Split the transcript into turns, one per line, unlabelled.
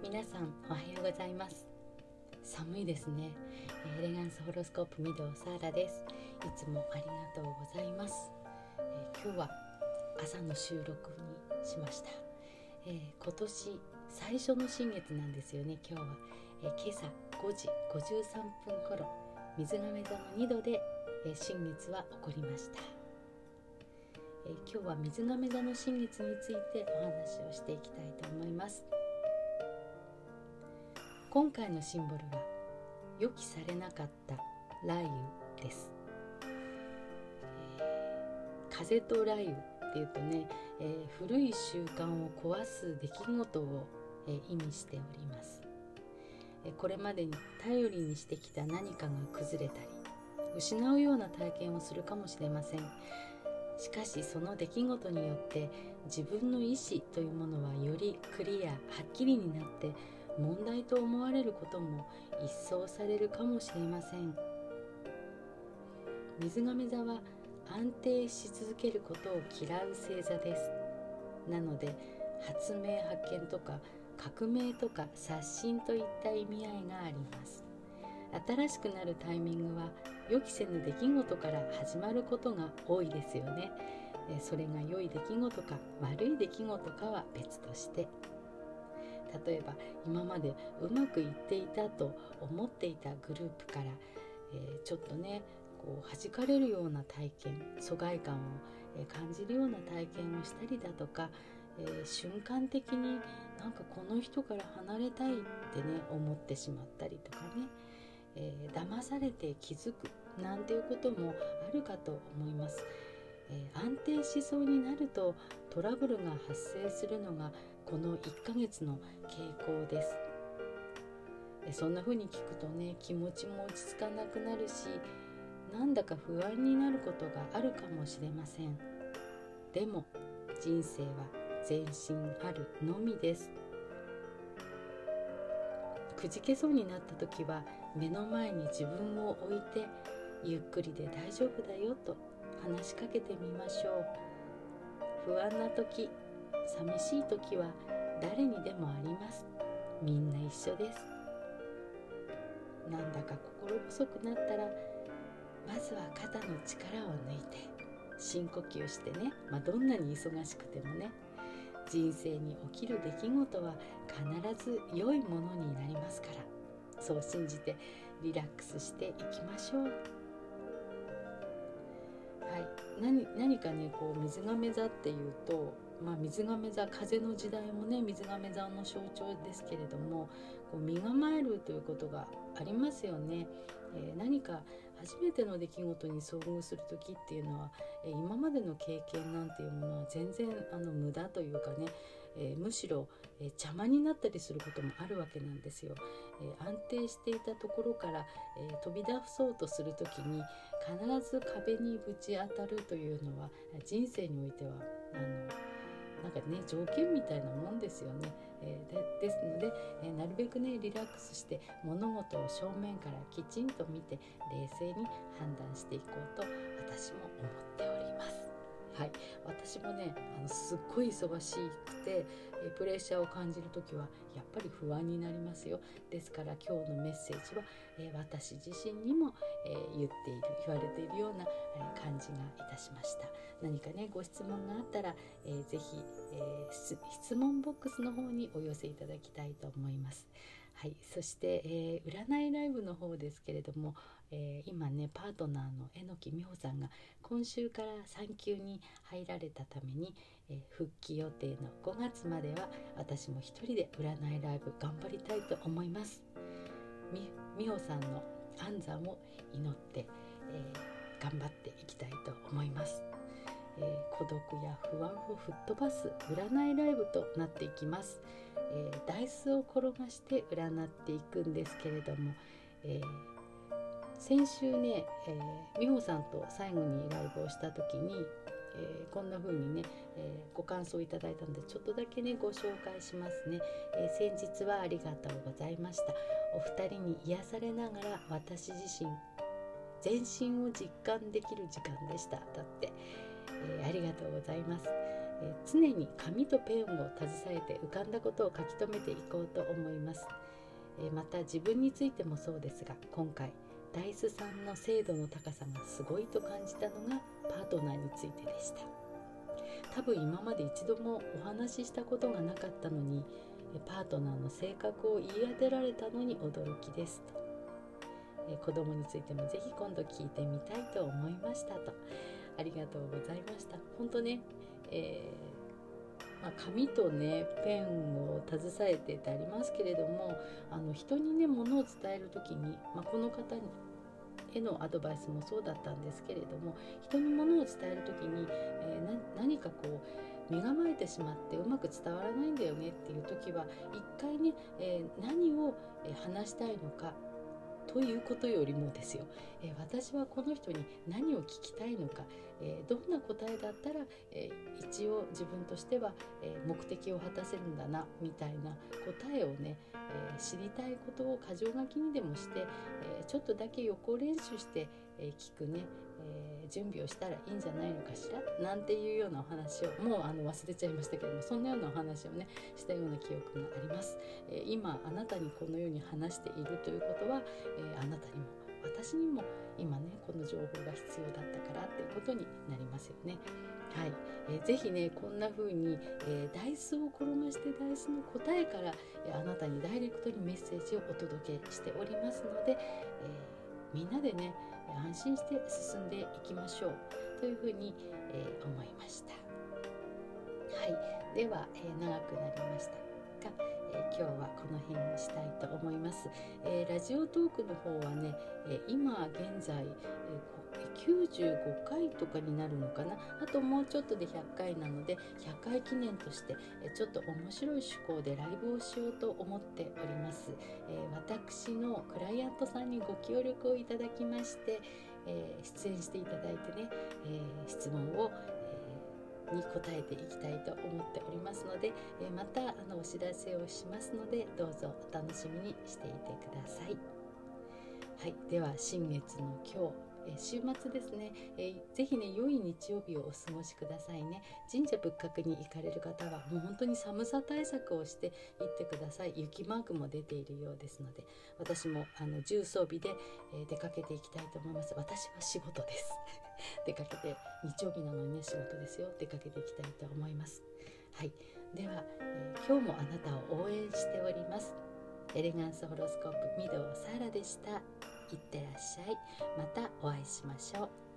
皆さんおはようございます。寒いですね。エレガンスホロスコープ御堂サーラです。いつもありがとうございます。今日は朝の収録にしました。今年最初の新月なんですよね。今日は、今朝5時53分頃水亀座の2度で、新月は起こりました。今日は水亀座の新月についてお話をしていきたいと思います。今回のシンボルは予期されなかった雷雨です。風と雷雨っていうとね、古い習慣を壊す出来事を、意味しております。これまでに頼りにしてきた何かが崩れたり失うような体験をするかもしれません。しかしその出来事によって自分の意思というものはよりクリアはっきりになって問題と思われることも一掃されるかもしれません。水亀座は安定し続けることを嫌う星座です。なので発明発見とか革命とか刷新といった意味合いがあります。新しくなるタイミングは予期せぬ出来事から始まることが多いですよね。それが良い出来事か悪い出来事かは別として、例えば今までうまくいっていたと思っていたグループから、ちょっとね弾かれるような体験、疎外感を、感じるような体験をしたりだとか、瞬間的になんかこの人から離れたいってね思ってしまったりとかね、騙されて気づくなんていうこともあるかと思います。安定しそうになるとトラブルが発生するのがこの1ヶ月の傾向です。そんな風に聞くとね、気持ちも落ち着かなくなるし、なんだか不安になることがあるかもしれません。でも人生は前進あるのみです。くじけそうになった時は目の前に自分を置いてゆっくりで大丈夫だよと話しかけてみましょう。不安な時、寂しい時は誰にでもあります。みんな一緒です。なんだか心細くなったらまずは肩の力を抜いて深呼吸してね、どんなに忙しくてもね、人生に起きる出来事は必ず良いものになりますから、そう信じてリラックスしていきましょう。はい、何かね水亀座っていうと、水亀座、風の時代もね水亀座の象徴ですけれども、身構えるということがありますよね。何か初めての出来事に遭遇する時っていうのは、今までの経験なんていうものは全然無駄というかね、むしろ、邪魔になったりすることもあるわけなんですよ。安定していたところから、飛び出そうとする時に必ず壁にぶち当たるというのは人生においてはなんかね条件みたいなもんですよね。ですので、なるべくねリラックスして物事を正面からきちんと見て冷静に判断していこうと私も思っております。はい、私もねすっごい忙しくて、プレッシャーを感じるときはやっぱり不安になりますよ。ですから今日のメッセージは、私自身にも、言われているような、感じがいたしました。何かねご質問があったら、ぜひ、質問ボックスの方にお寄せいただきたいと思います。はい、そして、占いライブの方ですけれども、今ねパートナーの榎木美穂さんが今週から産休に入られたために、復帰予定の5月までは私も一人で占いライブ頑張りたいと思います。美穂さんの安産を祈って、頑張っていきたいと思います。孤独や不安を吹っ飛ばす占いライブとなっていきます。ダイスを転がして占っていくんですけれども、先週ね、美穂さんと最後にライブをした時に、こんな風にね、ご感想いただいたのでちょっとだけねご紹介しますね。先日はありがとうございました。お二人に癒されながら私自身全身を実感できる時間でした。だって、ありがとうございます。 常に紙とペンを携えて浮かんだことを書き留めていこうと思います。また自分についてもそうですが、今回ダイスさんの精度の高さがすごいと感じたのがパートナーについてでした。多分今まで一度もお話ししたことがなかったのに、パートナーの性格を言い当てられたのに驚きですと。子供についてもぜひ今度聞いてみたいと思いましたと。ありがとうございました。本当ね、紙とねペンを携えてってありますけれども、人にね物を伝える時に、この方へのアドバイスもそうだったんですけれども、人に物を伝える時に、何かこう身構えてしまってうまく伝わらないんだよねっていう時は一回ね、何を話したいのかということよりもですよ、私はこの人に何を聞きたいのか、どんな答えだったら、一応自分としては、目的を果たせるんだなみたいな答えをね、知りたいことを箇条書きにでもして、ちょっとだけ予行練習して、聞くね、準備をしたらいいんじゃないのかしらなんていうようなお話をもう忘れちゃいましたけども、そんなようなお話をねしたような記憶があります。今あなたにこのように話しているということは、あなたにも私にも今ねこの情報が必要だったからっていうことになりますよね。はい、ぜひねこんな風に、ダイスを転がしてダイスの答えから、あなたにダイレクトにメッセージをお届けしておりますので、みんなでね安心して進んでいきましょうというふうに、思いました。はい、では、長くなりましたが、今日はこの辺にしたいと思います。ラジオトークの方はね、今現在、95回とかになるのかな。あともうちょっとで100回なので、100回記念としてちょっと面白い趣向でライブをしようと思っております。私のクライアントさんにご協力をいただきまして、出演していただいてね、質問を、に答えていきたいと思っておりますので、またお知らせをしますので、どうぞお楽しみにしていてください。はい、では新月の今日、週末ですね、ぜひね良い日曜日をお過ごしくださいね。神社仏閣に行かれる方はもう本当に寒さ対策をして行ってください。雪マークも出ているようですので、私も重装備で、出かけていきたいと思います。私は仕事です出かけて、日曜日なのにね仕事ですよ。出かけていきたいと思います。はい、では、今日もあなたを応援しております。エレガンスホロスコープ御堂サラでした。いってらっしゃい。またお会いしましょう。